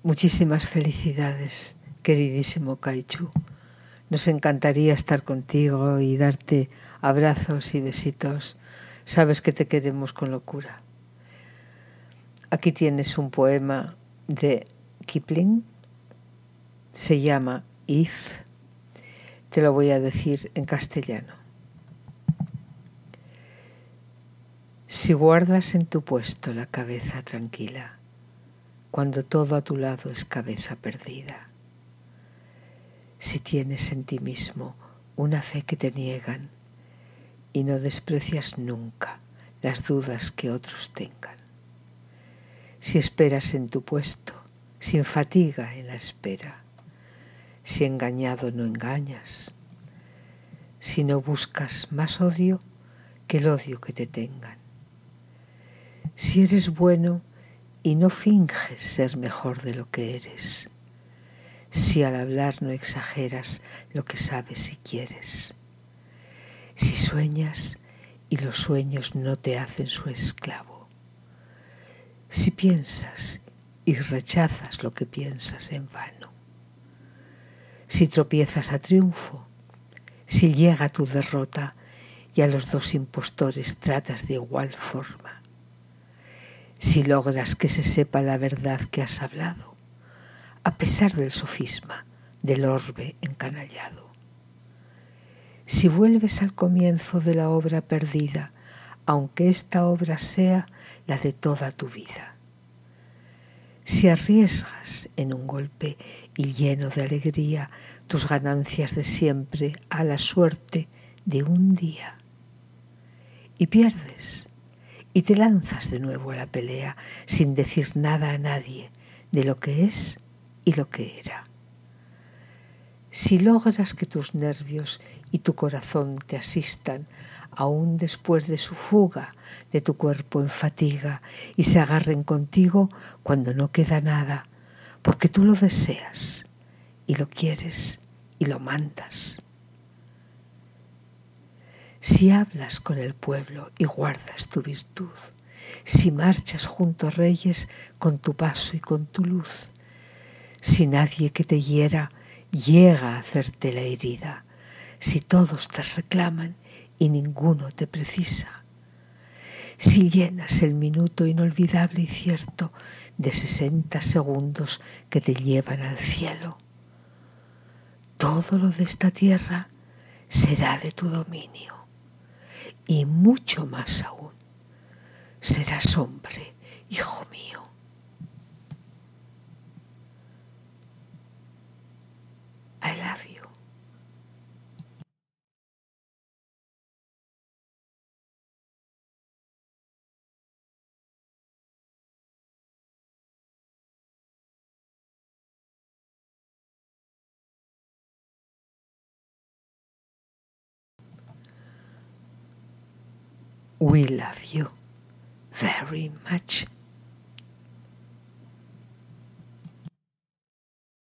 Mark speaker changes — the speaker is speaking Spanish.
Speaker 1: Muchísimas felicidades, queridísimo Kaichu. Nos encantaría estar contigo y darte abrazos y besitos. Sabes que te queremos con locura. Aquí tienes un poema de Kipling. Se llama If. Te lo voy a decir en castellano. Si guardas en tu puesto la cabeza tranquila, cuando todo a tu lado es cabeza perdida, si tienes en ti mismo una fe que te niegan y no desprecias nunca las dudas que otros tengan, si esperas en tu puesto, sin fatiga en la espera, si engañado no engañas, si no buscas más odio que el odio que te tengan, si eres bueno y no finges ser mejor de lo que eres, si al hablar no exageras lo que sabes y quieres, si sueñas y los sueños no te hacen su esclavo, si piensas y rechazas lo que piensas en vano, si tropiezas a triunfo, si llega tu derrota y a los dos impostores tratas de igual forma, si logras que se sepa la verdad que has hablado, a pesar del sofisma, del orbe encanallado, si vuelves al comienzo de la obra perdida, aunque esta obra sea la de toda tu vida, si arriesgas en un golpe y lleno de alegría tus ganancias de siempre a la suerte de un día, y pierdes y te lanzas de nuevo a la pelea sin decir nada a nadie de lo que es y lo que era, si logras que tus nervios y tu corazón te asistan aún después de su fuga de tu cuerpo en fatiga y se agarren contigo cuando no queda nada, porque tú lo deseas y lo quieres y lo mandas, si hablas con el pueblo y guardas tu virtud, si marchas junto a reyes con tu paso y con tu luz, si nadie que te hiera llega a hacerte la herida, si todos te reclaman y ninguno te precisa, si llenas el minuto inolvidable y cierto de 60 segundos que te llevan al cielo, todo lo de esta tierra será de tu dominio y mucho más aún. Serás hombre, hijo mío. I love you. We love you very much.